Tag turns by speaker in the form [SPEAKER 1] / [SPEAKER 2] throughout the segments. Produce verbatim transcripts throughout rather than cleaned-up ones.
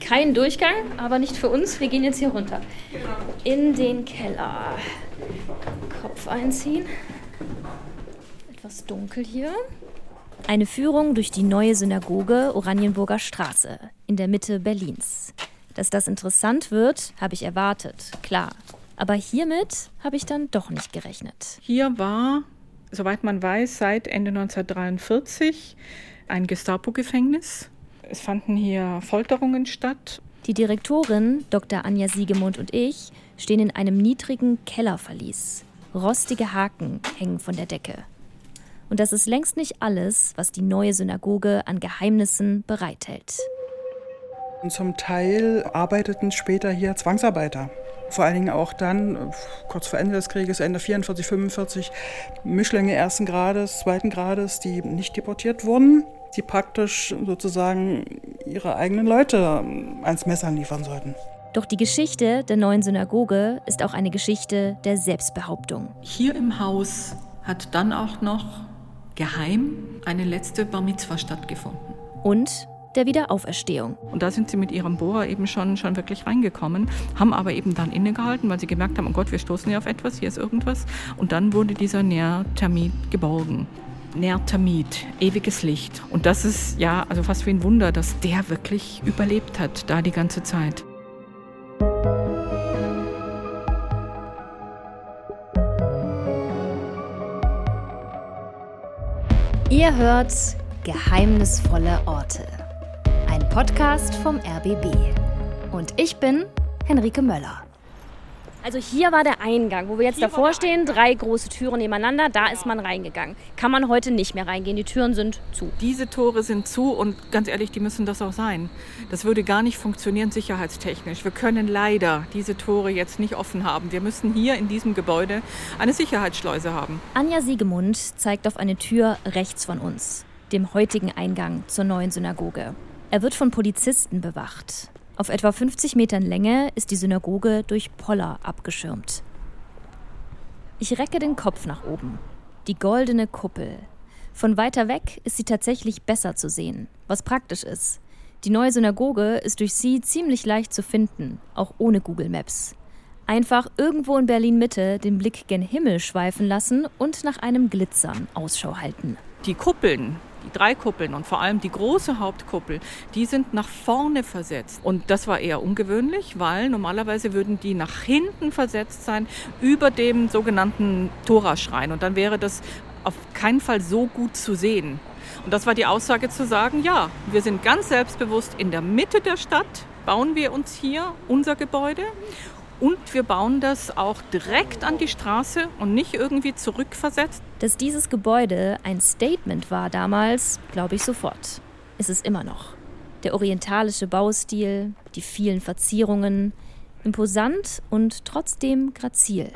[SPEAKER 1] kein Durchgang, aber nicht für uns. Wir gehen jetzt hier runter. In den Keller. Kopf einziehen. Etwas dunkel hier. Eine Führung durch die neue Synagoge Oranienburger Straße in der Mitte Berlins. Dass das interessant wird, habe ich erwartet, klar. Aber hiermit habe ich dann doch nicht gerechnet.
[SPEAKER 2] Hier war, soweit man weiß, seit Ende neunzehnhundertdreiundvierzig ein Gestapo-Gefängnis. Es fanden hier Folterungen statt.
[SPEAKER 1] Die Direktorin, Doktor Anja Siegemund und ich, stehen in einem niedrigen Kellerverlies. Rostige Haken hängen von der Decke. Und das ist längst nicht alles, was die neue Synagoge an Geheimnissen bereithält.
[SPEAKER 3] Und zum Teil arbeiteten später hier Zwangsarbeiter. Vor allen Dingen auch dann, kurz vor Ende des Krieges, Ende vierundvierzig, fünfundvierzig, Mischlinge ersten Grades, zweiten Grades, die nicht deportiert wurden, die praktisch sozusagen ihre eigenen Leute ans Messer liefern sollten.
[SPEAKER 1] Doch die Geschichte der neuen Synagoge ist auch eine Geschichte der Selbstbehauptung.
[SPEAKER 2] Hier im Haus hat dann auch noch geheim eine letzte Bar Mitzwa stattgefunden.
[SPEAKER 1] Und der Wiederauferstehung.
[SPEAKER 2] Und da sind sie mit ihrem Bohrer eben schon, schon wirklich reingekommen, haben aber eben dann innegehalten, weil sie gemerkt haben, oh Gott, wir stoßen hier auf etwas, hier ist irgendwas. Und dann wurde dieser Nährtermit geborgen. Nährtermit, ewiges Licht. Und das ist ja also fast wie ein Wunder, dass der wirklich überlebt hat, da die ganze Zeit.
[SPEAKER 1] Ihr hört Geheimnisvolle Orte. Ein Podcast vom R B B. Und ich bin Henrike Möller. Also hier war der Eingang, wo wir jetzt hier davor stehen, drei große Türen nebeneinander, da ist man reingegangen. Kann man heute nicht mehr reingehen, die Türen sind zu.
[SPEAKER 2] Diese Tore sind zu und ganz ehrlich, die müssen das auch sein. Das würde gar nicht funktionieren sicherheitstechnisch. Wir können leider diese Tore jetzt nicht offen haben. Wir müssen hier in diesem Gebäude eine Sicherheitsschleuse haben.
[SPEAKER 1] Anja Siegemund zeigt auf eine Tür rechts von uns, dem heutigen Eingang zur neuen Synagoge. Er wird von Polizisten bewacht. Auf etwa fünfzig Metern Länge ist die Synagoge durch Poller abgeschirmt. Ich recke den Kopf nach oben. Die goldene Kuppel. Von weiter weg ist sie tatsächlich besser zu sehen, was praktisch ist. Die neue Synagoge ist durch sie ziemlich leicht zu finden, auch ohne Google Maps. Einfach irgendwo in Berlin-Mitte den Blick gen Himmel schweifen lassen und nach einem Glitzern Ausschau halten.
[SPEAKER 2] Die Kuppeln, die drei Kuppeln und vor allem die große Hauptkuppel, die sind nach vorne versetzt. Und das war eher ungewöhnlich, weil normalerweise würden die nach hinten versetzt sein, über dem sogenannten Toraschrein. Und dann wäre das auf keinen Fall so gut zu sehen. Und das war die Aussage zu sagen, ja, wir sind ganz selbstbewusst in der Mitte der Stadt, bauen wir uns hier unser Gebäude. Und wir bauen das auch direkt an die Straße und nicht irgendwie zurückversetzt.
[SPEAKER 1] Dass dieses Gebäude ein Statement war damals, glaube ich sofort. Ist es immer noch. Der orientalische Baustil, die vielen Verzierungen, imposant und trotzdem grazil.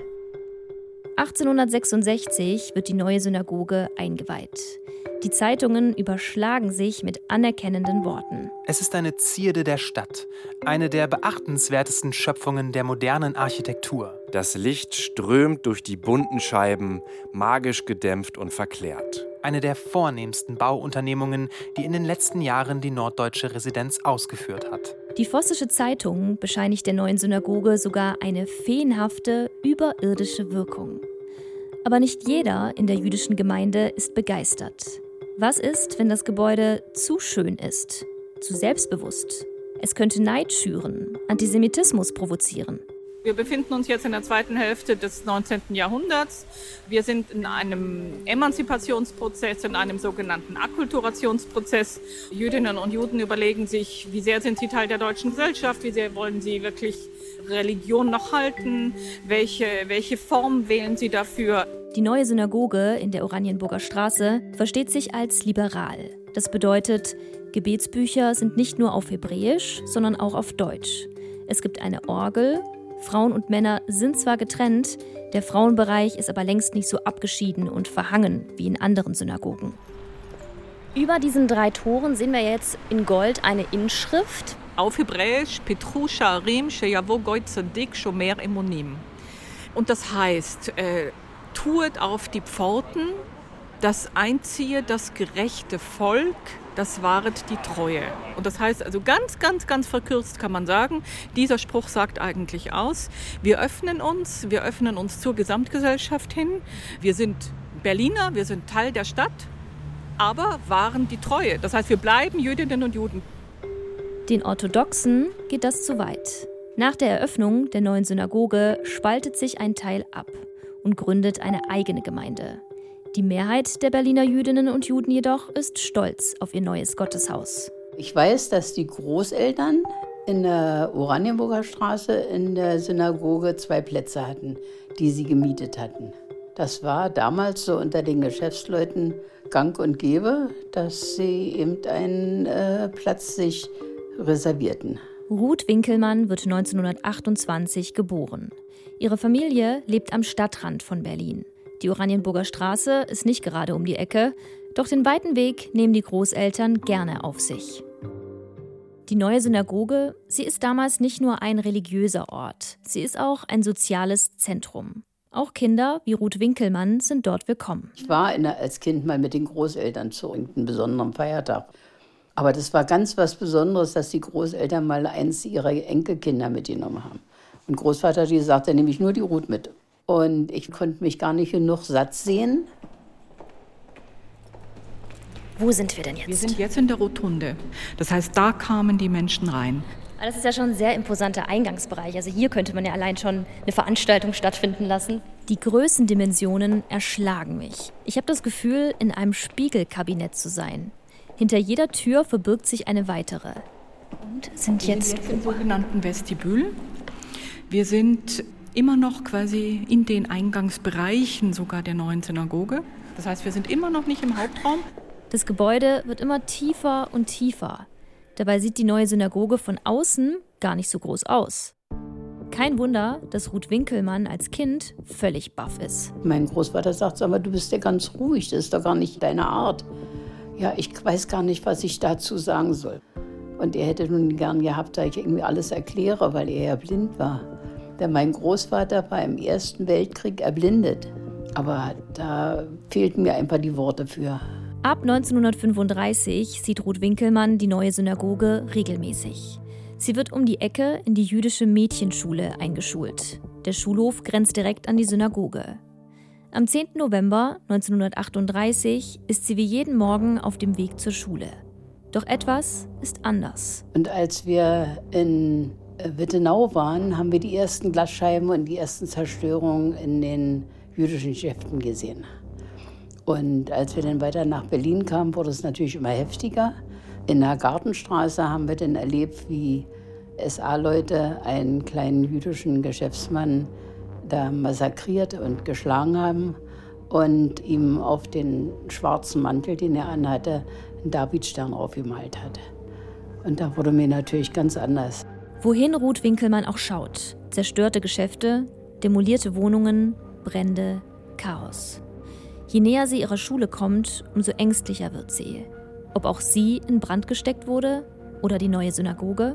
[SPEAKER 1] achtzehnhundertsechsundsechzig wird die neue Synagoge eingeweiht. Die Zeitungen überschlagen sich mit anerkennenden Worten.
[SPEAKER 4] Es ist eine Zierde der Stadt, eine der beachtenswertesten Schöpfungen der modernen Architektur.
[SPEAKER 5] Das Licht strömt durch die bunten Scheiben, magisch gedämpft und verklärt.
[SPEAKER 4] Eine der vornehmsten Bauunternehmungen, die in den letzten Jahren die norddeutsche Residenz ausgeführt hat.
[SPEAKER 1] Die Vossische Zeitung bescheinigt der neuen Synagoge sogar eine feenhafte, überirdische Wirkung. Aber nicht jeder in der jüdischen Gemeinde ist begeistert. Was ist, wenn das Gebäude zu schön ist, zu selbstbewusst? Es könnte Neid schüren, Antisemitismus provozieren.
[SPEAKER 2] Wir befinden uns jetzt in der zweiten Hälfte des neunzehnten Jahrhunderts. Wir sind in einem Emanzipationsprozess, in einem sogenannten Akkulturationsprozess. Jüdinnen und Juden überlegen sich, wie sehr sind sie Teil der deutschen Gesellschaft, wie sehr wollen sie wirklich Religion noch halten, welche, welche Form wählen sie dafür.
[SPEAKER 1] Die neue Synagoge in der Oranienburger Straße versteht sich als liberal. Das bedeutet, Gebetsbücher sind nicht nur auf Hebräisch, sondern auch auf Deutsch. Es gibt eine Orgel. Frauen und Männer sind zwar getrennt, der Frauenbereich ist aber längst nicht so abgeschieden und verhangen wie in anderen Synagogen. Über diesen drei Toren sehen wir jetzt in Gold eine Inschrift.
[SPEAKER 2] Auf Hebräisch, Petru Sha'arim Sheyavo Goy Tzadik Shomer Emonim. Und das heißt, äh, tuet auf die Pforten, das einziehe das gerechte Volk, das waret die Treue. Und das heißt also ganz, ganz, ganz verkürzt kann man sagen, dieser Spruch sagt eigentlich aus, wir öffnen uns, wir öffnen uns zur Gesamtgesellschaft hin. Wir sind Berliner, wir sind Teil der Stadt, aber wahren die Treue. Das heißt, wir bleiben Jüdinnen und Juden.
[SPEAKER 1] Den Orthodoxen geht das zu weit. Nach der Eröffnung der neuen Synagoge spaltet sich ein Teil ab und gründet eine eigene Gemeinde. Die Mehrheit der Berliner Jüdinnen und Juden jedoch ist stolz auf ihr neues Gotteshaus.
[SPEAKER 6] Ich weiß, dass die Großeltern in der Oranienburger Straße in der Synagoge zwei Plätze hatten, die sie gemietet hatten. Das war damals so unter den Geschäftsleuten gang und gäbe, dass sie eben einen äh, Platz sich reservierten.
[SPEAKER 1] Ruth Winkelmann wird neunzehnhundertachtundzwanzig geboren. Ihre Familie lebt am Stadtrand von Berlin. Die Oranienburger Straße ist nicht gerade um die Ecke, doch den weiten Weg nehmen die Großeltern gerne auf sich. Die neue Synagoge, sie ist damals nicht nur ein religiöser Ort, sie ist auch ein soziales Zentrum. Auch Kinder wie Ruth Winkelmann sind dort willkommen.
[SPEAKER 6] Ich war in der, als Kind mal mit den Großeltern zu irgendeinem besonderen Feiertag. Aber das war ganz was Besonderes, dass die Großeltern mal eins ihrer Enkelkinder mitgenommen haben. Und Großvater, die sagte, nehme ich nur die Ruth mit. Und ich konnte mich gar nicht genug satt sehen.
[SPEAKER 1] Wo sind wir denn jetzt?
[SPEAKER 2] Wir sind jetzt in der Rotunde. Das heißt, da kamen die Menschen rein.
[SPEAKER 1] Das ist ja schon ein sehr imposanter Eingangsbereich. Also hier könnte man ja allein schon eine Veranstaltung stattfinden lassen. Die Größendimensionen erschlagen mich. Ich habe das Gefühl, in einem Spiegelkabinett zu sein. Hinter jeder Tür verbirgt sich eine weitere. Und sind jetzt,
[SPEAKER 2] wir sind jetzt im sogenannten Vestibül. Wir sind immer noch quasi in den Eingangsbereichen sogar der neuen Synagoge. Das heißt, wir sind immer noch nicht im Hauptraum.
[SPEAKER 1] Das Gebäude wird immer tiefer und tiefer. Dabei sieht die neue Synagoge von außen gar nicht so groß aus. Kein Wunder, dass Ruth Winkelmann als Kind völlig baff ist.
[SPEAKER 6] Mein Großvater sagt, aber du bist ja ganz ruhig, das ist doch gar nicht deine Art. Ja, ich weiß gar nicht, was ich dazu sagen soll. Und er hätte nun gern gehabt, dass ich irgendwie alles erkläre, weil er ja blind war. Denn mein Großvater war im Ersten Weltkrieg erblindet. Aber da fehlten mir einfach die Worte für.
[SPEAKER 1] Ab neunzehnhundertfünfunddreißig sieht Ruth Winkelmann die neue Synagoge regelmäßig. Sie wird um die Ecke in die jüdische Mädchenschule eingeschult. Der Schulhof grenzt direkt an die Synagoge. Am zehnten November neunzehnhundertachtunddreißig ist sie wie jeden Morgen auf dem Weg zur Schule. Doch etwas ist anders.
[SPEAKER 6] Und als wir in Wittenau waren, haben wir die ersten Glasscheiben und die ersten Zerstörungen in den jüdischen Geschäften gesehen. Und als wir dann weiter nach Berlin kamen, wurde es natürlich immer heftiger. In der Gartenstraße haben wir dann erlebt, wie S A-Leute einen kleinen jüdischen Geschäftsmann da massakriert und geschlagen haben und ihm auf den schwarzen Mantel, den er anhatte, einen Davidstern aufgemalt hat. Und da wurde mir natürlich ganz anders.
[SPEAKER 1] Wohin Ruth Winkelmann auch schaut, zerstörte Geschäfte, demolierte Wohnungen, Brände, Chaos. Je näher sie ihrer Schule kommt, umso ängstlicher wird sie. Ob auch sie in Brand gesteckt wurde oder die neue Synagoge?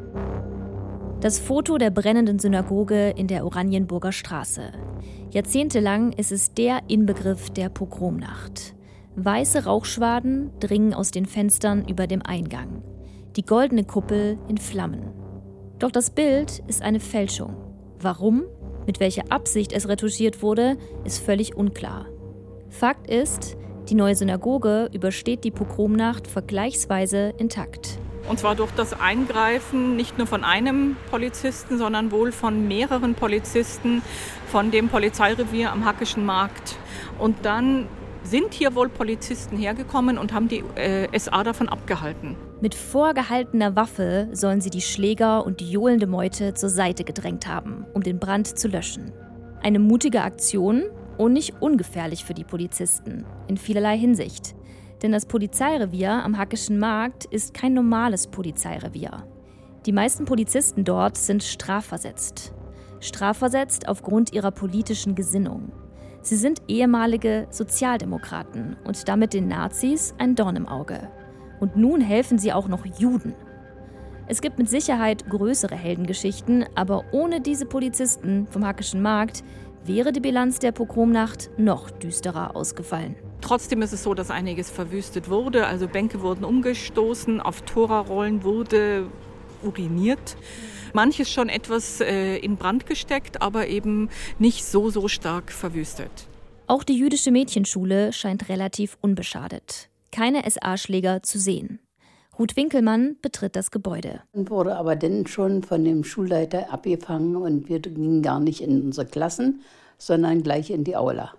[SPEAKER 1] Das Foto der brennenden Synagoge in der Oranienburger Straße. Jahrzehntelang ist es der Inbegriff der Pogromnacht. Weiße Rauchschwaden dringen aus den Fenstern über dem Eingang. Die goldene Kuppel in Flammen. Doch das Bild ist eine Fälschung. Warum, mit welcher Absicht es retuschiert wurde, ist völlig unklar. Fakt ist, die neue Synagoge übersteht die Pogromnacht vergleichsweise intakt.
[SPEAKER 2] Und zwar durch das Eingreifen nicht nur von einem Polizisten, sondern wohl von mehreren Polizisten von dem Polizeirevier am Hackischen Markt. Und dann sind hier wohl Polizisten hergekommen und haben die äh, S A davon abgehalten.
[SPEAKER 1] Mit vorgehaltener Waffe sollen sie die Schläger und die johlende Meute zur Seite gedrängt haben, um den Brand zu löschen. Eine mutige Aktion und nicht ungefährlich für die Polizisten, in vielerlei Hinsicht. Denn das Polizeirevier am Hackischen Markt ist kein normales Polizeirevier. Die meisten Polizisten dort sind strafversetzt. Strafversetzt aufgrund ihrer politischen Gesinnung. Sie sind ehemalige Sozialdemokraten und damit den Nazis ein Dorn im Auge. Und nun helfen sie auch noch Juden. Es gibt mit Sicherheit größere Heldengeschichten, aber ohne diese Polizisten vom Hackischen Markt wäre die Bilanz der Pogromnacht noch düsterer ausgefallen.
[SPEAKER 2] Trotzdem ist es so, dass einiges verwüstet wurde. Also Bänke wurden umgestoßen, auf Torarollen wurde uriniert. Manches schon etwas äh, in Brand gesteckt, aber eben nicht so, so stark verwüstet.
[SPEAKER 1] Auch die jüdische Mädchenschule scheint relativ unbeschadet. Keine S A-Schläger zu sehen. Ruth Winkelmann betritt das Gebäude.
[SPEAKER 6] Wurde aber dann schon von dem Schulleiter abgefangen und wir gingen gar nicht in unsere Klassen, sondern gleich in die Aula.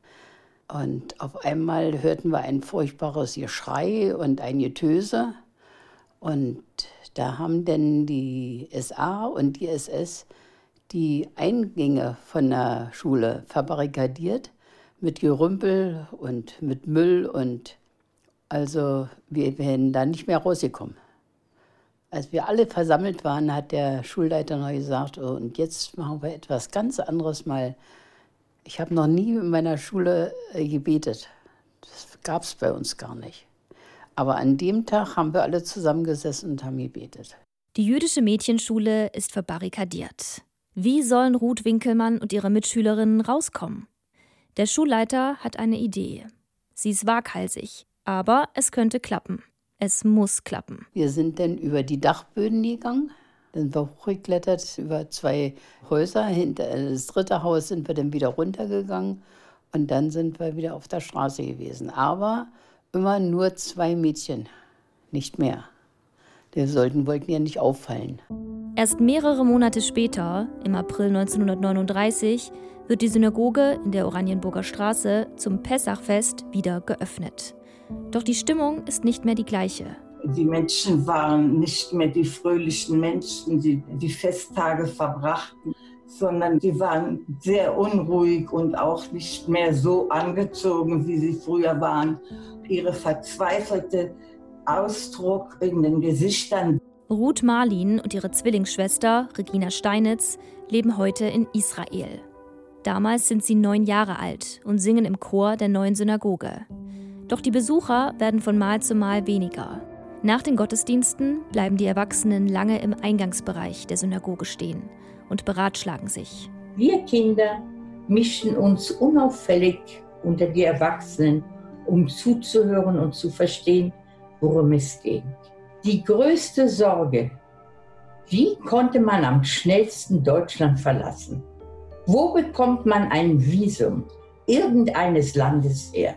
[SPEAKER 6] Und auf einmal hörten wir ein furchtbares Geschrei und ein Getöse. Und da haben dann die S A und die S S die Eingänge von der Schule verbarrikadiert mit Gerümpel und mit Müll. Und also wir wären da nicht mehr rausgekommen. Als wir alle versammelt waren, hat der Schulleiter noch gesagt, oh, und jetzt machen wir etwas ganz anderes mal. Ich habe noch nie in meiner Schule gebetet. Das gab es bei uns gar nicht. Aber an dem Tag haben wir alle zusammengesessen und haben gebetet.
[SPEAKER 1] Die jüdische Mädchenschule ist verbarrikadiert. Wie sollen Ruth Winkelmann und ihre Mitschülerinnen rauskommen? Der Schulleiter hat eine Idee. Sie ist waghalsig, aber es könnte klappen. Es muss klappen.
[SPEAKER 6] Wir sind dann über die Dachböden gegangen. Dann sind wir hochgeklettert über zwei Häuser. Hinter das dritte Haus sind wir dann wieder runtergegangen. Und dann sind wir wieder auf der Straße gewesen. Aber immer nur zwei Mädchen, nicht mehr. Wir sollten, wollten ja nicht auffallen.
[SPEAKER 1] Erst mehrere Monate später, im April neunzehnhundertneununddreißig, wird die Synagoge in der Oranienburger Straße zum Pessachfest wieder geöffnet. Doch die Stimmung ist nicht mehr die gleiche.
[SPEAKER 7] Die Menschen waren nicht mehr die fröhlichen Menschen, die die Festtage verbrachten, sondern sie waren sehr unruhig und auch nicht mehr so angezogen, wie sie früher waren. Ihre verzweifelte Ausdruck in den Gesichtern.
[SPEAKER 1] Ruth Marlin und ihre Zwillingsschwester Regina Steinitz leben heute in Israel. Damals sind sie neun Jahre alt und singen im Chor der neuen Synagoge. Doch die Besucher werden von Mal zu Mal weniger. Nach den Gottesdiensten bleiben die Erwachsenen lange im Eingangsbereich der Synagoge stehen und beratschlagen sich.
[SPEAKER 8] Wir Kinder mischen uns unauffällig unter die Erwachsenen, um zuzuhören und zu verstehen, worum es geht. Die größte Sorge: Wie konnte man am schnellsten Deutschland verlassen? Wo bekommt man ein Visum irgendeines Landes her?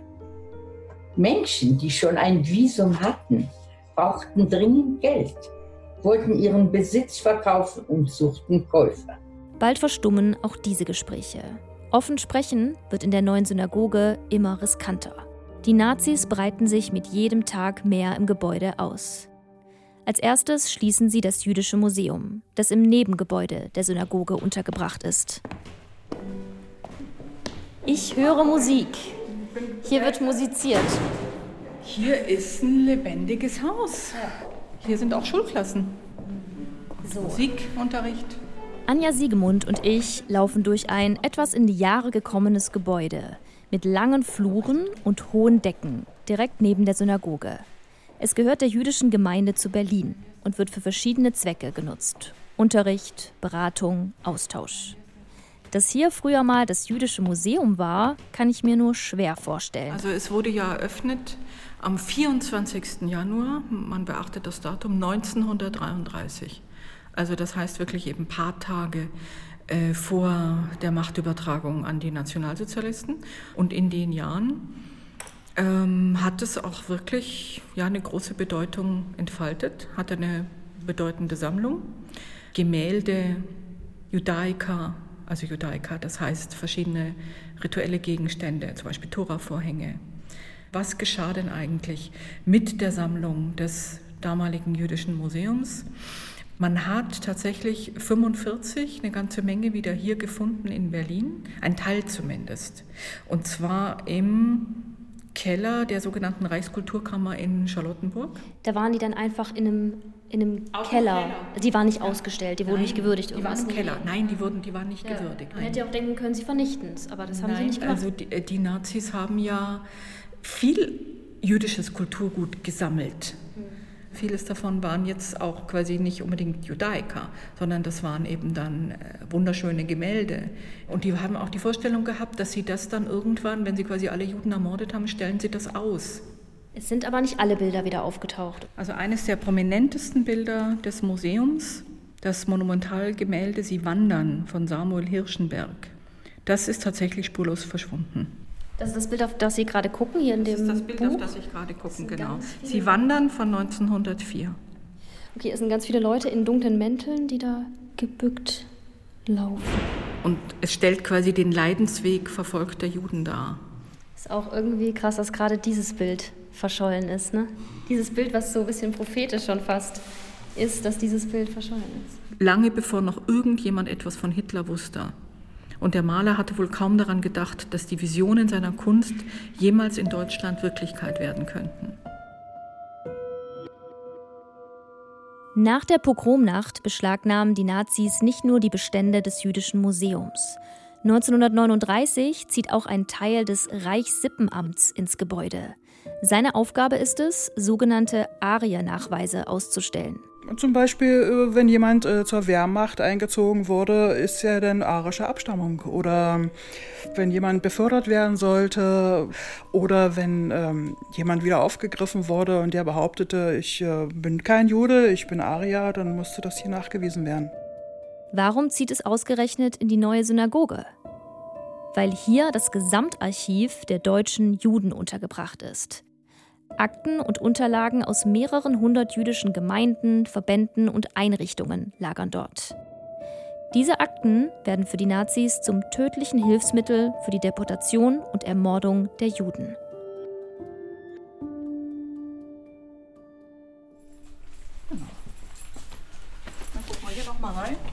[SPEAKER 8] Menschen, die schon ein Visum hatten, brauchten dringend Geld, wollten ihren Besitz verkaufen und suchten Käufer.
[SPEAKER 1] Bald verstummen auch diese Gespräche. Offen sprechen wird in der neuen Synagoge immer riskanter. Die Nazis breiten sich mit jedem Tag mehr im Gebäude aus. Als erstes schließen sie das Jüdische Museum, das im Nebengebäude der Synagoge untergebracht ist. Ich höre Musik. Hier wird musiziert.
[SPEAKER 2] Hier ist ein lebendiges Haus. Hier sind auch Schulklassen. So. Musikunterricht.
[SPEAKER 1] Anja Siegemund und ich laufen durch ein etwas in die Jahre gekommenes Gebäude mit langen Fluren und hohen Decken direkt neben der Synagoge. Es gehört der jüdischen Gemeinde zu Berlin und wird für verschiedene Zwecke genutzt. Unterricht, Beratung, Austausch. Dass hier früher mal das Jüdische Museum war, kann ich mir nur schwer vorstellen.
[SPEAKER 2] Also es wurde ja eröffnet am vierundzwanzigsten Januar, man beachtet das Datum, neunzehnhundertdreiunddreißig. Also das heißt wirklich eben ein paar Tage äh, vor der Machtübertragung an die Nationalsozialisten. Und in den Jahren ähm, hat es auch wirklich ja, eine große Bedeutung entfaltet, hatte eine bedeutende Sammlung. Gemälde, Judaika, also Judaika, das heißt verschiedene rituelle Gegenstände, zum Beispiel Tora-Vorhänge. Was geschah denn eigentlich mit der Sammlung des damaligen Jüdischen Museums? Man hat tatsächlich fünfundvierzig, eine ganze Menge wieder hier gefunden in Berlin, ein Teil zumindest. Und zwar im Keller der sogenannten Reichskulturkammer in Charlottenburg.
[SPEAKER 1] Da waren die dann einfach in einem, in einem Keller. Keller. Die waren nicht ja. ausgestellt, die wurden Nein, nicht gewürdigt.
[SPEAKER 2] Die waren im Keller. Nein, die, wurden, die waren nicht ja. gewürdigt.
[SPEAKER 1] Man hätte ja auch denken können, sie vernichten es, aber das haben
[SPEAKER 2] Nein,
[SPEAKER 1] sie nicht gemacht.
[SPEAKER 2] Also die, die Nazis haben ja viel jüdisches Kulturgut gesammelt. Vieles davon waren jetzt auch quasi nicht unbedingt Judaiker, sondern das waren eben dann wunderschöne Gemälde. Und die haben auch die Vorstellung gehabt, dass sie das dann irgendwann, wenn sie quasi alle Juden ermordet haben, stellen sie das aus.
[SPEAKER 1] Es sind aber nicht alle Bilder wieder aufgetaucht.
[SPEAKER 2] Also eines der prominentesten Bilder des Museums, das Monumentalgemälde Sie wandern von Samuel Hirschenberg. Das ist tatsächlich spurlos verschwunden.
[SPEAKER 1] Das ist das Bild, auf das Sie gerade gucken, hier in dem Buch?
[SPEAKER 2] Das ist das Bild, Buch? auf das ich gerade gucke, genau. Sie wandern von neunzehnhundertvier.
[SPEAKER 1] Okay, es sind ganz viele Leute in dunklen Mänteln, die da gebückt laufen.
[SPEAKER 2] Und es stellt quasi den Leidensweg verfolgter Juden dar.
[SPEAKER 1] Ist auch irgendwie krass, dass gerade dieses Bild verschollen ist, ne? Dieses Bild, was so ein bisschen prophetisch schon fast ist, dass dieses Bild verschollen ist.
[SPEAKER 2] Lange bevor noch irgendjemand etwas von Hitler wusste. Und der Maler hatte wohl kaum daran gedacht, dass die Visionen seiner Kunst jemals in Deutschland Wirklichkeit werden könnten.
[SPEAKER 1] Nach der Pogromnacht beschlagnahmen die Nazis nicht nur die Bestände des Jüdischen Museums. neunzehnhundertneununddreißig zieht auch ein Teil des Reichssippenamts ins Gebäude. Seine Aufgabe ist es, sogenannte Ariernachweise auszustellen.
[SPEAKER 3] Zum Beispiel, wenn jemand äh, zur Wehrmacht eingezogen wurde, ist er dann arischer Abstammung. Oder wenn jemand befördert werden sollte oder wenn ähm, jemand wieder aufgegriffen wurde und der behauptete, ich äh, bin kein Jude, ich bin Arier, dann musste das hier nachgewiesen werden.
[SPEAKER 1] Warum zieht es ausgerechnet in die neue Synagoge? Weil hier das Gesamtarchiv der deutschen Juden untergebracht ist. Akten und Unterlagen aus mehreren hundert jüdischen Gemeinden, Verbänden und Einrichtungen lagern dort. Diese Akten werden für die Nazis zum tödlichen Hilfsmittel für die Deportation und Ermordung der Juden.
[SPEAKER 2] Genau. Dann gucken wir hier noch mal rein.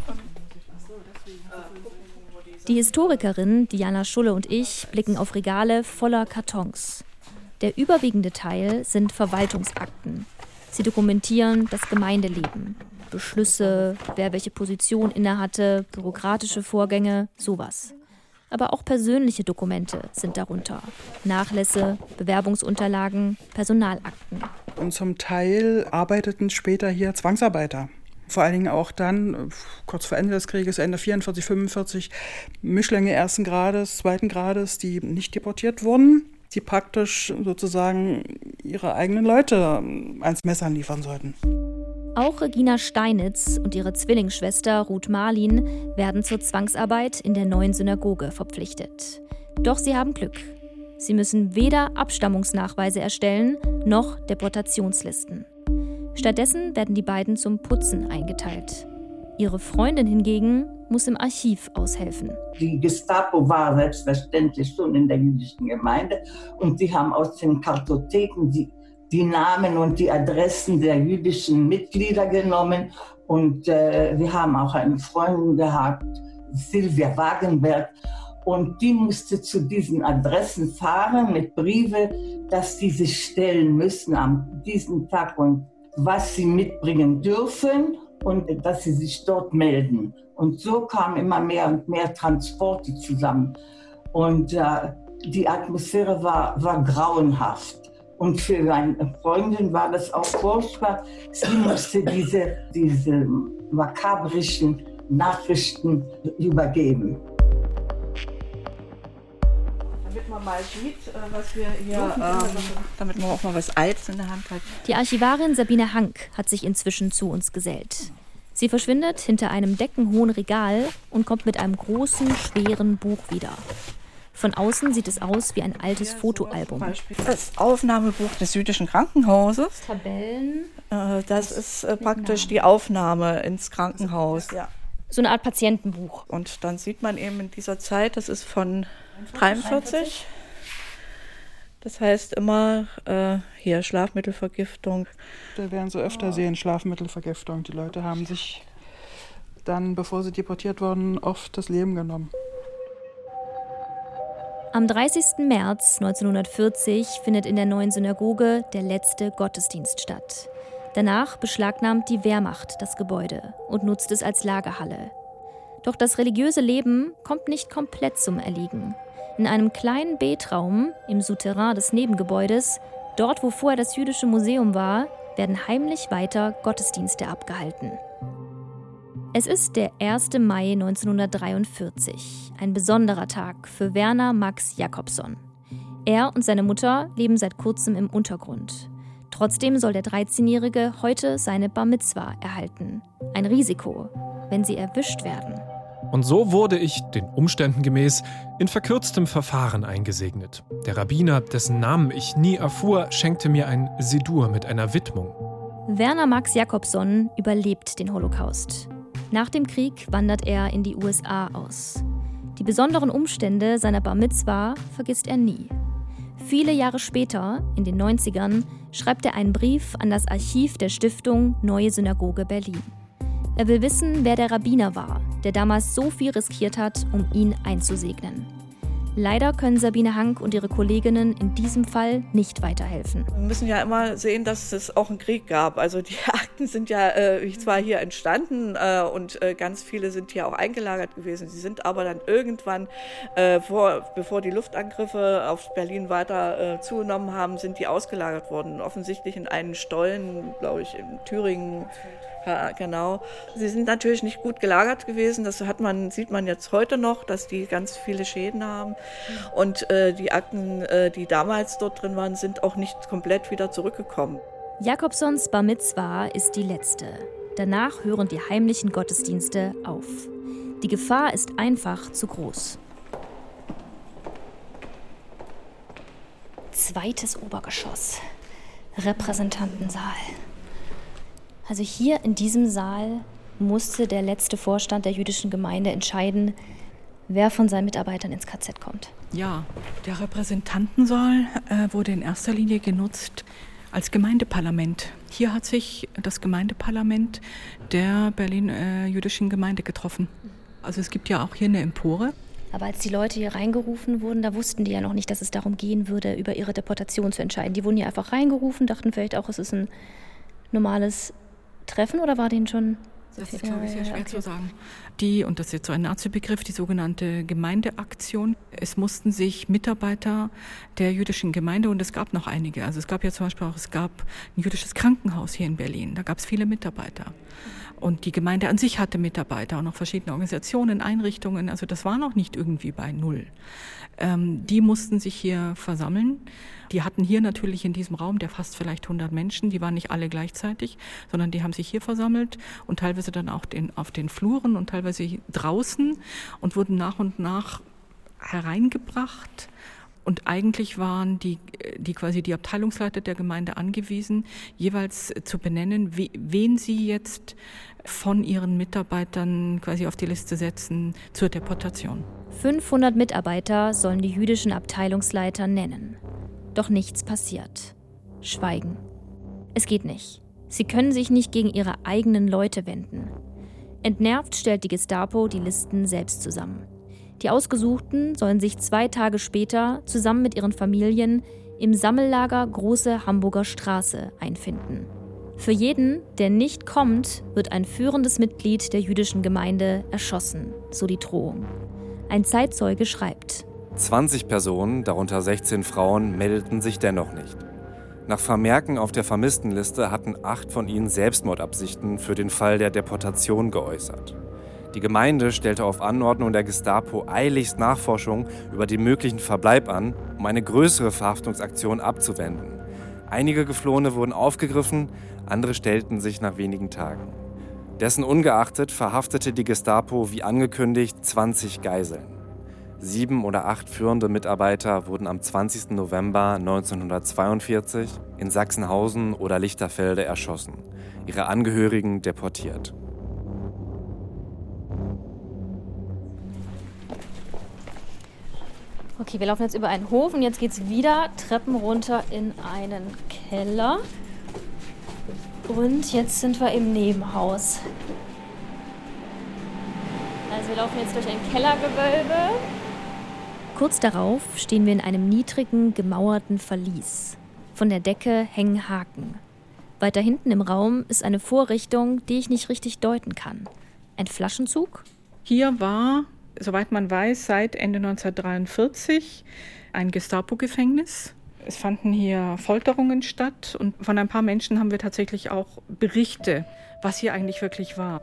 [SPEAKER 1] Die Historikerin Diana Schulle und ich blicken auf Regale voller Kartons. Der überwiegende Teil sind Verwaltungsakten. Sie dokumentieren das Gemeindeleben, Beschlüsse, wer welche Position innehatte, bürokratische Vorgänge, sowas. Aber auch persönliche Dokumente sind darunter. Nachlässe, Bewerbungsunterlagen, Personalakten.
[SPEAKER 3] Und zum Teil arbeiteten später hier Zwangsarbeiter. Vor allen Dingen auch dann, kurz vor Ende des Krieges, Ende vierundvierzig, fünfundvierzig, Mischlinge ersten Grades, zweiten Grades, die nicht deportiert wurden, die praktisch sozusagen ihre eigenen Leute ans Messer liefern sollten.
[SPEAKER 1] Auch Regina Steinitz und ihre Zwillingsschwester Ruth Marlin werden zur Zwangsarbeit in der neuen Synagoge verpflichtet. Doch sie haben Glück. Sie müssen weder Abstammungsnachweise erstellen, noch Deportationslisten. Stattdessen werden die beiden zum Putzen eingeteilt. Ihre Freundin hingegen muss im Archiv aushelfen.
[SPEAKER 7] Die Gestapo war selbstverständlich schon in der jüdischen Gemeinde und die haben aus den Kartotheken die, die Namen und die Adressen der jüdischen Mitglieder genommen. Und äh, wir haben auch eine Freundin gehabt, Silvia Wagenberg, und die musste zu diesen Adressen fahren mit Briefe, dass sie sich stellen müssen an diesem Tag und was sie mitbringen dürfen und dass sie sich dort melden. Und so kamen immer mehr und mehr Transporte zusammen. Und äh, die Atmosphäre war, war grauenhaft. Und für meine Freundin war das auch furchtbar. Sie musste diese, diese makabrischen Nachrichten übergeben.
[SPEAKER 2] Damit man mal sieht, was wir hier, ähm, damit man auch mal was Altes in der Hand hat.
[SPEAKER 1] Die Archivarin Sabine Hank hat sich inzwischen zu uns gesellt. Sie verschwindet hinter einem deckenhohen Regal und kommt mit einem großen, schweren Buch wieder. Von außen sieht es aus wie ein altes Fotoalbum.
[SPEAKER 9] Das Aufnahmebuch des jüdischen Krankenhauses.
[SPEAKER 1] Tabellen.
[SPEAKER 9] Das ist praktisch die Aufnahme ins Krankenhaus. Ja.
[SPEAKER 1] So eine Art Patientenbuch.
[SPEAKER 9] Und dann sieht man eben in dieser Zeit, das ist von dreiundvierzig. Das heißt immer äh, hier Schlafmittelvergiftung.
[SPEAKER 3] Da werden Sie öfter sehen, Schlafmittelvergiftung. Die Leute haben sich dann, bevor sie deportiert wurden, oft das Leben genommen.
[SPEAKER 1] Am dreißigsten März neunzehnhundertvierzig findet in der neuen Synagoge der letzte Gottesdienst statt. Danach beschlagnahmt die Wehrmacht das Gebäude und nutzt es als Lagerhalle. Doch das religiöse Leben kommt nicht komplett zum Erliegen. In einem kleinen Betraum im Souterrain des Nebengebäudes, dort wo vorher das Jüdische Museum war, werden heimlich weiter Gottesdienste abgehalten. Es ist der erste Mai neunzehnhundertdreiundvierzig, ein besonderer Tag für Werner Max Jacobson. Er und seine Mutter leben seit kurzem im Untergrund. Trotzdem soll der dreizehnjährige heute seine Bar Mitzwa erhalten. Ein Risiko, wenn sie erwischt werden.
[SPEAKER 10] Und so wurde ich, den Umständen gemäß, in verkürztem Verfahren eingesegnet. Der Rabbiner, dessen Namen ich nie erfuhr, schenkte mir ein Sidur mit einer Widmung.
[SPEAKER 1] Werner Max Jacobson überlebt den Holocaust. Nach dem Krieg wandert er in die U S A aus. Die besonderen Umstände seiner Bar Mitzwa vergisst er nie. Viele Jahre später, in den neunzigern, schreibt er einen Brief an das Archiv der Stiftung Neue Synagoge Berlin. Er will wissen, wer der Rabbiner war, der damals so viel riskiert hat, um ihn einzusegnen. Leider können Sabine Hank und ihre Kolleginnen in diesem Fall nicht weiterhelfen.
[SPEAKER 9] Wir müssen ja immer sehen, dass es auch einen Krieg gab. Also die Akten sind ja äh, zwar hier entstanden äh, und äh, ganz viele sind hier auch eingelagert gewesen. Sie sind aber dann irgendwann, äh, vor, bevor die Luftangriffe auf Berlin weiter äh, zugenommen haben, sind die ausgelagert worden. Offensichtlich in einen Stollen, glaube ich, in Thüringen. Ja, genau. Sie sind natürlich nicht gut gelagert gewesen. Das hat man, sieht man jetzt heute noch, dass die ganz viele Schäden haben. Und äh, die Akten, äh, die damals dort drin waren, sind auch nicht komplett wieder zurückgekommen.
[SPEAKER 1] Jacobsons Bar Mitzwa ist die letzte. Danach hören die heimlichen Gottesdienste auf. Die Gefahr ist einfach zu groß. Zweites Obergeschoss. Repräsentantensaal. Also hier in diesem Saal musste der letzte Vorstand der jüdischen Gemeinde entscheiden, wer von seinen Mitarbeitern ins K Z kommt.
[SPEAKER 2] Ja, der Repräsentantensaal äh, wurde in erster Linie genutzt als Gemeindeparlament. Hier hat sich das Gemeindeparlament der Berlin äh, jüdischen Gemeinde getroffen. Also es gibt ja auch hier eine Empore.
[SPEAKER 1] Aber als die Leute hier reingerufen wurden, da wussten die ja noch nicht, dass es darum gehen würde, über ihre Deportation zu entscheiden. Die wurden hier einfach reingerufen, dachten vielleicht auch, es ist ein normales Treffen, oder war denen schon...
[SPEAKER 2] Das ist, glaube ich, sehr schwer okay. zu sagen. Die, und das ist jetzt so ein Nazi-Begriff, die sogenannte Gemeindeaktion. Es mussten sich Mitarbeiter der jüdischen Gemeinde, und es gab noch einige, also es gab ja zum Beispiel auch, es gab ein jüdisches Krankenhaus hier in Berlin, da gab es viele Mitarbeiter. Und die Gemeinde an sich hatte Mitarbeiter und auch verschiedene Organisationen, Einrichtungen, also das war noch nicht irgendwie bei Null. Ähm, die mussten sich hier versammeln. Die hatten hier natürlich in diesem Raum, der fast vielleicht hundert Menschen, die waren nicht alle gleichzeitig, sondern die haben sich hier versammelt und teilweise dann auch den, auf den Fluren und teilweise draußen und wurden nach und nach hereingebracht. Und eigentlich waren die, die quasi die Abteilungsleiter der Gemeinde angewiesen, jeweils zu benennen, we, wen sie jetzt von ihren Mitarbeitern quasi auf die Liste setzen zur Deportation.
[SPEAKER 1] fünfhundert Mitarbeiter sollen die jüdischen Abteilungsleiter nennen. Doch nichts passiert. Schweigen. Es geht nicht. Sie können sich nicht gegen ihre eigenen Leute wenden. Entnervt stellt die Gestapo die Listen selbst zusammen. Die Ausgesuchten sollen sich zwei Tage später zusammen mit ihren Familien im Sammellager Große Hamburger Straße einfinden. Für jeden, der nicht kommt, wird ein führendes Mitglied der jüdischen Gemeinde erschossen, so die Drohung. Ein Zeitzeuge schreibt:
[SPEAKER 5] zwanzig Personen, darunter sechzehn Frauen, meldeten sich dennoch nicht. Nach Vermerken auf der Vermisstenliste hatten acht von ihnen Selbstmordabsichten für den Fall der Deportation geäußert. Die Gemeinde stellte auf Anordnung der Gestapo eiligst Nachforschungen über den möglichen Verbleib an, um eine größere Verhaftungsaktion abzuwenden. Einige Geflohene wurden aufgegriffen, andere stellten sich nach wenigen Tagen. Dessen ungeachtet verhaftete die Gestapo wie angekündigt zwanzig Geiseln. Sieben oder acht führende Mitarbeiter wurden am zwanzigsten November neunzehnhundertzweiundvierzig in Sachsenhausen oder Lichterfelde erschossen, ihre Angehörigen deportiert.
[SPEAKER 1] Okay, wir laufen jetzt über einen Hof und jetzt geht's wieder Treppen runter in einen Keller. Und jetzt sind wir im Nebenhaus. Also wir laufen jetzt durch ein Kellergewölbe. Kurz darauf stehen wir in einem niedrigen, gemauerten Verlies. Von der Decke hängen Haken. Weiter hinten im Raum ist eine Vorrichtung, die ich nicht richtig deuten kann. Ein Flaschenzug?
[SPEAKER 2] Hier war, soweit man weiß, seit Ende neunzehnhundertdreiundvierzig ein Gestapo-Gefängnis. Es fanden hier Folterungen statt und von ein paar Menschen haben wir tatsächlich auch Berichte, was hier eigentlich wirklich war.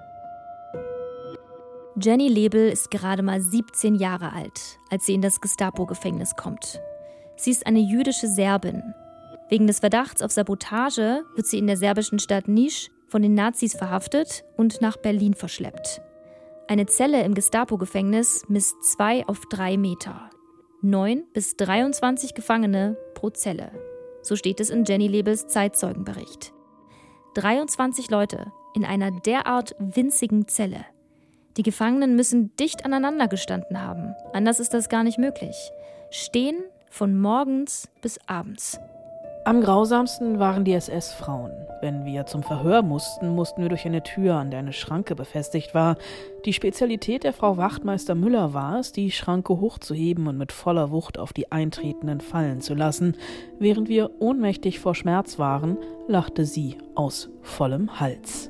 [SPEAKER 1] Jenny Lebel ist gerade mal siebzehn Jahre alt, als sie in das Gestapo-Gefängnis kommt. Sie ist eine jüdische Serbin. Wegen des Verdachts auf Sabotage wird sie in der serbischen Stadt Niš von den Nazis verhaftet und nach Berlin verschleppt. Eine Zelle im Gestapo-Gefängnis misst zwei auf drei Meter. Neun bis dreiundzwanzig Gefangene pro Zelle. So steht es in Jenny Lebels Zeitzeugenbericht. dreiundzwanzig Leute in einer derart winzigen Zelle. Die Gefangenen müssen dicht aneinander gestanden haben. Anders ist das gar nicht möglich. Stehen von morgens bis abends.
[SPEAKER 11] Am grausamsten waren die S S-Frauen. Wenn wir zum Verhör mussten, mussten wir durch eine Tür, an der eine Schranke befestigt war. Die Spezialität der Frau Wachtmeister Müller war es, die Schranke hochzuheben und mit voller Wucht auf die Eintretenden fallen zu lassen. Während wir ohnmächtig vor Schmerz waren, lachte sie aus vollem Hals.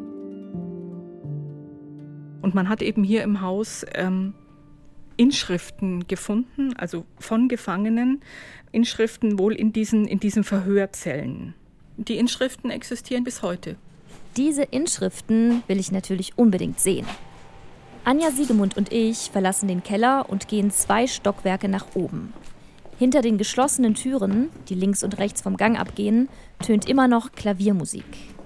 [SPEAKER 2] Und man hat eben hier im Haus ähm, Inschriften gefunden, also von Gefangenen, Inschriften wohl in diesen, in diesen Verhörzellen. Die Inschriften existieren bis heute.
[SPEAKER 1] Diese Inschriften will ich natürlich unbedingt sehen. Anja Siegemund und ich verlassen den Keller und gehen zwei Stockwerke nach oben. Hinter den geschlossenen Türen, die links und rechts vom Gang abgehen, tönt immer noch Klaviermusik.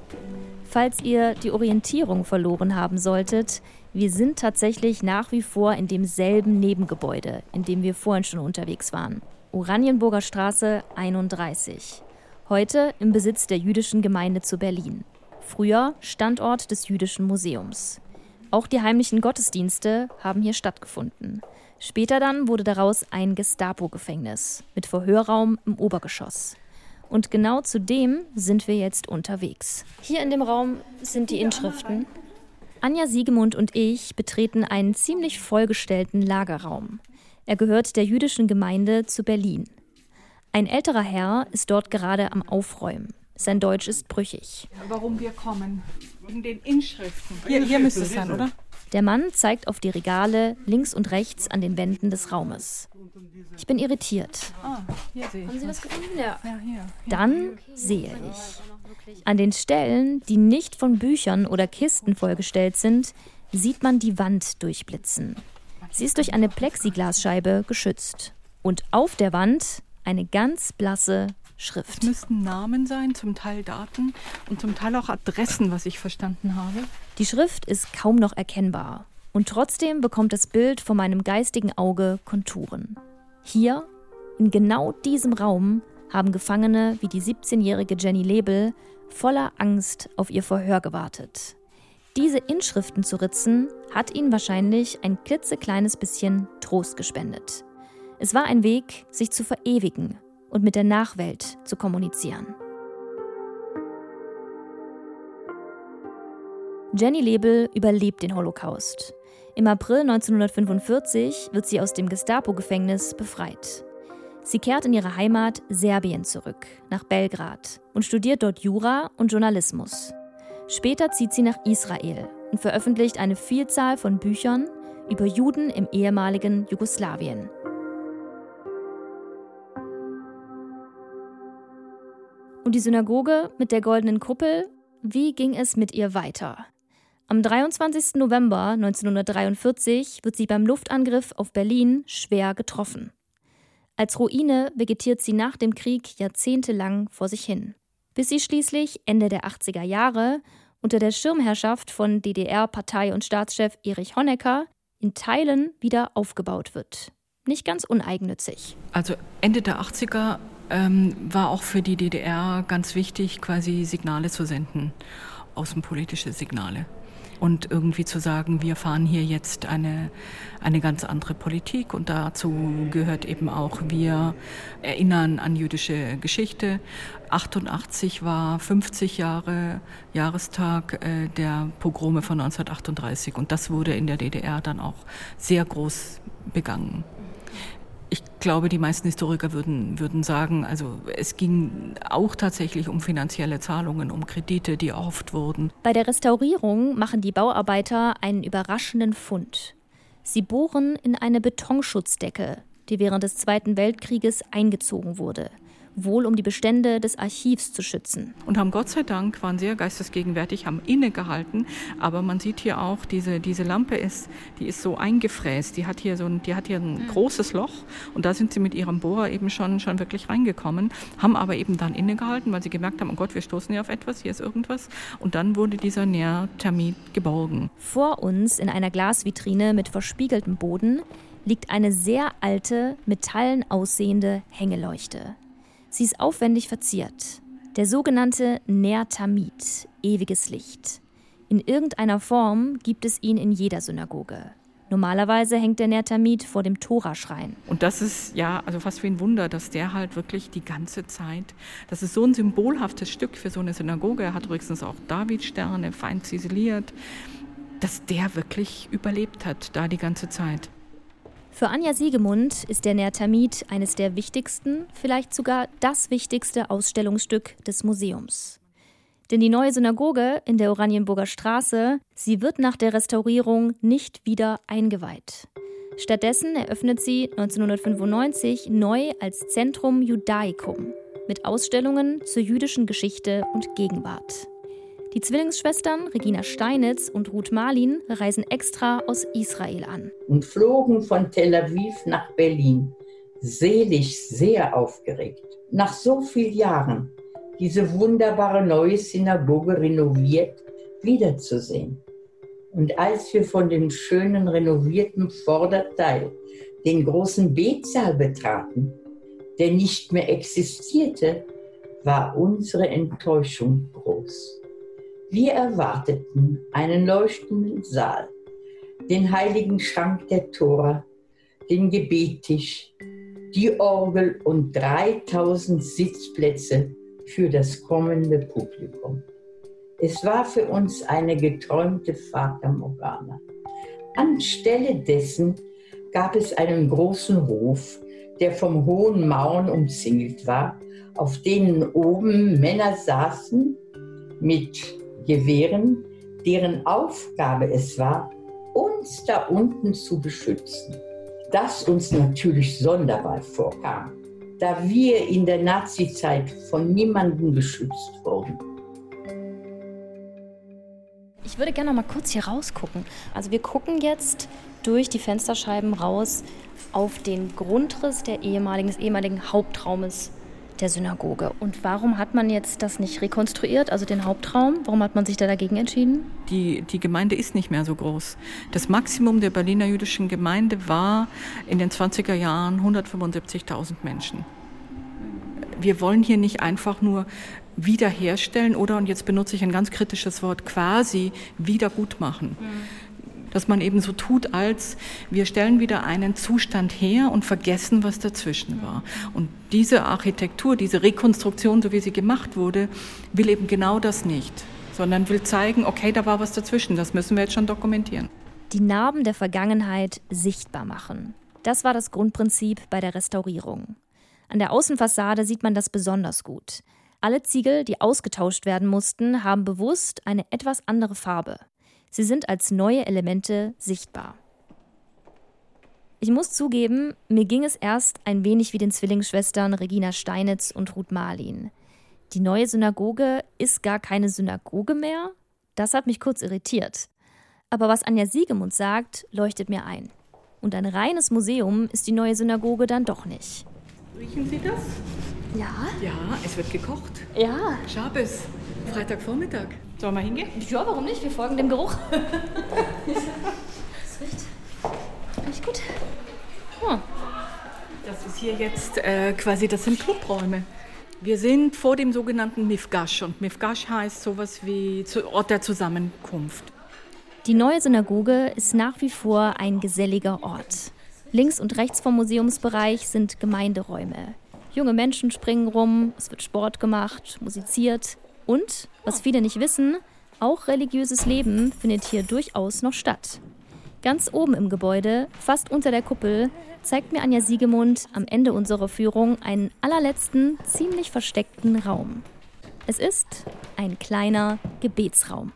[SPEAKER 1] Falls ihr die Orientierung verloren haben solltet, wir sind tatsächlich nach wie vor in demselben Nebengebäude, in dem wir vorhin schon unterwegs waren. Oranienburger Straße einunddreißig. Heute im Besitz der Jüdischen Gemeinde zu Berlin. Früher Standort des Jüdischen Museums. Auch die heimlichen Gottesdienste haben hier stattgefunden. Später dann wurde daraus ein Gestapo-Gefängnis mit Verhörraum im Obergeschoss. Und genau zu dem sind wir jetzt unterwegs. Hier in dem Raum sind die Inschriften. Anja Siegemund und ich betreten einen ziemlich vollgestellten Lagerraum. Er gehört der Jüdischen Gemeinde zu Berlin. Ein älterer Herr ist dort gerade am Aufräumen. Sein Deutsch ist brüchig.
[SPEAKER 2] Warum wir kommen? Wegen den Inschriften. Hier, hier müsste es sein, oder?
[SPEAKER 1] Der Mann zeigt auf die Regale links und rechts an den Wänden des Raumes. Ich bin irritiert.
[SPEAKER 2] Ah, hier sehe ich.
[SPEAKER 1] Haben Sie was gefunden? Ja.
[SPEAKER 2] Ja, hier.
[SPEAKER 1] Dann sehe ich. An den Stellen, die nicht von Büchern oder Kisten vollgestellt sind, sieht man die Wand durchblitzen. Sie ist durch eine Plexiglasscheibe geschützt. Und auf der Wand eine ganz blasse Schrift.
[SPEAKER 2] Es müssten Namen sein, zum Teil Daten und zum Teil auch Adressen, was ich verstanden habe.
[SPEAKER 1] Die Schrift ist kaum noch erkennbar. Und trotzdem bekommt das Bild vor meinem geistigen Auge Konturen. Hier, in genau diesem Raum, haben Gefangene wie die siebzehnjährige Jenny Lebel voller Angst auf ihr Verhör gewartet. Diese Inschriften zu ritzen, hat ihnen wahrscheinlich ein klitzekleines bisschen Trost gespendet. Es war ein Weg, sich zu verewigen und mit der Nachwelt zu kommunizieren. Jenny Lebel überlebt den Holocaust. Im April neunzehnhundertfünfundvierzig wird sie aus dem Gestapo-Gefängnis befreit. Sie kehrt in ihre Heimat Serbien zurück, nach Belgrad, und studiert dort Jura und Journalismus. Später zieht sie nach Israel und veröffentlicht eine Vielzahl von Büchern über Juden im ehemaligen Jugoslawien. Und die Synagoge mit der goldenen Kuppel, wie ging es mit ihr weiter? Am dreiundzwanzigsten November neunzehnhundertdreiundvierzig wird sie beim Luftangriff auf Berlin schwer getroffen. Als Ruine vegetiert sie nach dem Krieg jahrzehntelang vor sich hin, bis sie schließlich Ende der achtziger Jahre unter der Schirmherrschaft von D D R-Partei- und Staatschef Erich Honecker in Teilen wieder aufgebaut wird. Nicht ganz uneigennützig.
[SPEAKER 2] Also Ende der achtziger ähm, war auch für die D D R ganz wichtig, quasi Signale zu senden, außenpolitische Signale. Und irgendwie zu sagen, wir fahren hier jetzt eine, eine ganz andere Politik. Und dazu gehört eben auch, wir erinnern an jüdische Geschichte. achtundachtzig war fünfzig Jahre Jahrestag äh, der Pogrome von neunzehnhundertachtunddreißig. Und das wurde in der D D R dann auch sehr groß begangen. Ich glaube, die meisten Historiker würden, würden sagen, also es ging auch tatsächlich um finanzielle Zahlungen, um Kredite, die erhofft wurden.
[SPEAKER 1] Bei der Restaurierung machen die Bauarbeiter einen überraschenden Fund. Sie bohren in eine Betonschutzdecke, die während des Zweiten Weltkrieges eingezogen wurde, wohl um die Bestände des Archivs zu schützen.
[SPEAKER 2] Und haben Gott sei Dank, waren sehr geistesgegenwärtig, haben innegehalten. Aber man sieht hier auch, diese, diese Lampe ist, die ist so eingefräst. Die hat hier so ein, die hat hier ein großes Loch. Und da sind sie mit ihrem Bohrer eben schon, schon wirklich reingekommen, haben aber eben dann innegehalten, weil sie gemerkt haben, oh Gott, wir stoßen hier auf etwas, hier ist irgendwas. Und dann wurde dieser Nährtermit geborgen.
[SPEAKER 1] Vor uns in einer Glasvitrine mit verspiegeltem Boden liegt eine sehr alte, metallen aussehende Hängeleuchte. Sie ist aufwendig verziert. Der sogenannte Nährtermit, ewiges Licht. In irgendeiner Form gibt es ihn in jeder Synagoge. Normalerweise hängt der Nährtermit vor dem Toraschrein.
[SPEAKER 2] Und das ist ja also fast wie ein Wunder, dass der halt wirklich die ganze Zeit, das ist so ein symbolhaftes Stück für so eine Synagoge. Er hat übrigens auch Davidsterne, fein ziseliert, dass der wirklich überlebt hat, da die ganze Zeit.
[SPEAKER 1] Für Anja Siegemund ist der Nährtermit eines der wichtigsten, vielleicht sogar das wichtigste Ausstellungsstück des Museums. Denn die neue Synagoge in der Oranienburger Straße, sie wird nach der Restaurierung nicht wieder eingeweiht. Stattdessen eröffnet sie neunzehnhundertfünfundneunzig neu als Centrum Judaicum mit Ausstellungen zur jüdischen Geschichte und Gegenwart. Die Zwillingsschwestern Regina Steinitz und Ruth Marlin reisen extra aus Israel an.
[SPEAKER 8] Und flogen von Tel Aviv nach Berlin, selig, sehr aufgeregt. Nach so vielen Jahren diese wunderbare neue Synagoge renoviert wiederzusehen. Und als wir von dem schönen renovierten Vorderteil den großen Betsaal betraten, der nicht mehr existierte, war unsere Enttäuschung groß. Wir erwarteten einen leuchtenden Saal, den heiligen Schrank der Tora, den Gebettisch, die Orgel und dreitausend Sitzplätze für das kommende Publikum. Es war für uns eine geträumte Fata Morgana. Anstelle dessen gab es einen großen Hof, der vom hohen Mauern umzingelt war, auf denen oben Männer saßen mit Gewehren, deren Aufgabe es war, uns da unten zu beschützen. Das uns natürlich sonderbar vorkam, da wir in der Nazizeit von niemandem beschützt wurden.
[SPEAKER 1] Ich würde gerne noch mal kurz hier rausgucken. Also wir gucken jetzt durch die Fensterscheiben raus auf den Grundriss der ehemaligen, des ehemaligen Hauptraumes der Synagoge. Und warum hat man jetzt das nicht rekonstruiert, also den Hauptraum? Warum hat man sich da dagegen entschieden?
[SPEAKER 2] Die, die Gemeinde ist nicht mehr so groß. Das Maximum der Berliner jüdischen Gemeinde war in den zwanziger Jahren hundertfünfundsiebzigtausend Menschen. Wir wollen hier nicht einfach nur wiederherstellen oder, und jetzt benutze ich ein ganz kritisches Wort, quasi wiedergutmachen. Mhm. Dass man eben so tut, als wir stellen wieder einen Zustand her und vergessen, was dazwischen war. Und diese Architektur, diese Rekonstruktion, so wie sie gemacht wurde, will eben genau das nicht, sondern will zeigen, okay, da war was dazwischen, das müssen wir jetzt schon dokumentieren.
[SPEAKER 1] Die Narben der Vergangenheit sichtbar machen. Das war das Grundprinzip bei der Restaurierung. An der Außenfassade sieht man das besonders gut. Alle Ziegel, die ausgetauscht werden mussten, haben bewusst eine etwas andere Farbe. Sie sind als neue Elemente sichtbar. Ich muss zugeben, mir ging es erst ein wenig wie den Zwillingsschwestern Regina Steinitz und Ruth Marlin. Die neue Synagoge ist gar keine Synagoge mehr? Das hat mich kurz irritiert. Aber was Anja Siegemund sagt, leuchtet mir ein. Und ein reines Museum ist die neue Synagoge dann doch nicht.
[SPEAKER 2] Riechen Sie das?
[SPEAKER 1] Ja.
[SPEAKER 2] Ja, es wird gekocht.
[SPEAKER 1] Ja.
[SPEAKER 2] Schabes, Freitagvormittag. Sollen wir hingehen?
[SPEAKER 1] Ja, warum nicht? Wir folgen dem Geruch. Das riecht, riecht gut. Hm.
[SPEAKER 2] Das ist hier jetzt äh, quasi, das sind Clubräume. Wir sind vor dem sogenannten Mifgash und Mifgash heißt sowas wie Ort der Zusammenkunft.
[SPEAKER 1] Die neue Synagoge ist nach wie vor ein geselliger Ort. Links und rechts vom Museumsbereich sind Gemeinderäume. Junge Menschen springen rum, es wird Sport gemacht, musiziert. Und, was viele nicht wissen, auch religiöses Leben findet hier durchaus noch statt. Ganz oben im Gebäude, fast unter der Kuppel, zeigt mir Anja Siegemund am Ende unserer Führung einen allerletzten, ziemlich versteckten Raum. Es ist ein kleiner Gebetsraum.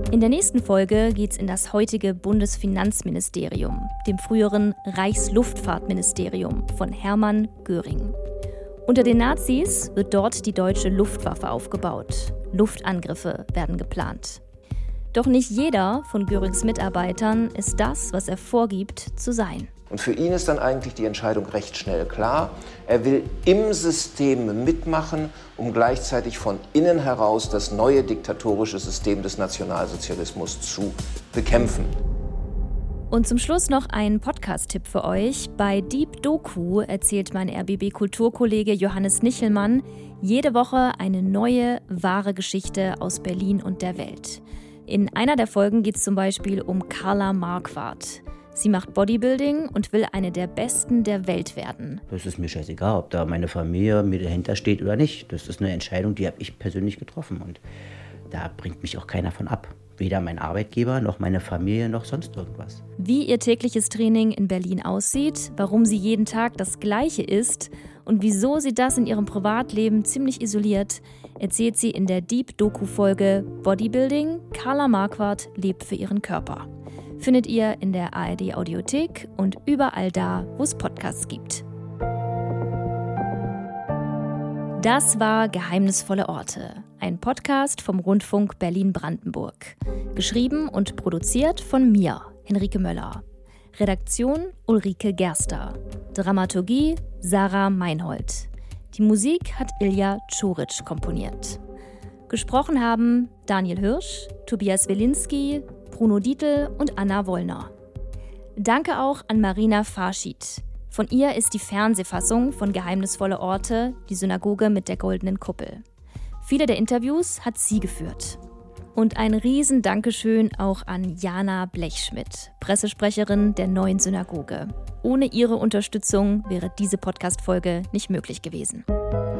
[SPEAKER 1] In der nächsten Folge geht's in das heutige Bundesfinanzministerium, dem früheren Reichsluftfahrtministerium von Hermann Göring. Unter den Nazis wird dort die deutsche Luftwaffe aufgebaut. Luftangriffe werden geplant. Doch nicht jeder von Görings Mitarbeitern ist das, was er vorgibt, zu sein.
[SPEAKER 12] Und für ihn ist dann eigentlich die Entscheidung recht schnell klar. Er will im System mitmachen, um gleichzeitig von innen heraus das neue diktatorische System des Nationalsozialismus zu bekämpfen.
[SPEAKER 1] Und zum Schluss noch ein Podcast-Tipp für euch. Bei Deep Doku erzählt mein R B B-Kulturkollege Johannes Nichelmann jede Woche eine neue, wahre Geschichte aus Berlin und der Welt. In einer der Folgen geht es zum Beispiel um Carla Marquardt. Sie macht Bodybuilding und will eine der Besten der Welt werden.
[SPEAKER 13] Das ist mir scheißegal, ob da meine Familie mir dahinter steht oder nicht. Das ist eine Entscheidung, die habe ich persönlich getroffen. Und da bringt mich auch keiner von ab. Weder mein Arbeitgeber, noch meine Familie, noch sonst irgendwas.
[SPEAKER 1] Wie ihr tägliches Training in Berlin aussieht, warum sie jeden Tag das Gleiche isst und wieso sie das in ihrem Privatleben ziemlich isoliert, erzählt sie in der Deep-Doku-Folge Bodybuilding, Carla Marquardt lebt für ihren Körper. Findet ihr in der A R D-Audiothek und überall da, wo es Podcasts gibt. Das war Geheimnisvolle Orte, ein Podcast vom Rundfunk Berlin-Brandenburg. Geschrieben und produziert von mir, Henrike Möller. Redaktion Ulrike Gerster. Dramaturgie Sarah Meinhold. Die Musik hat Ilja Czoric komponiert. Gesprochen haben Daniel Hirsch, Tobias Wilinski, Bruno Dietl und Anna Wollner. Danke auch an Marina Farschid. Von ihr ist die Fernsehfassung von Geheimnisvolle Orte, die Synagoge mit der goldenen Kuppel. Viele der Interviews hat sie geführt. Und ein riesen Dankeschön auch an Jana Blechschmidt, Pressesprecherin der Neuen Synagoge. Ohne ihre Unterstützung wäre diese Podcast-Folge nicht möglich gewesen.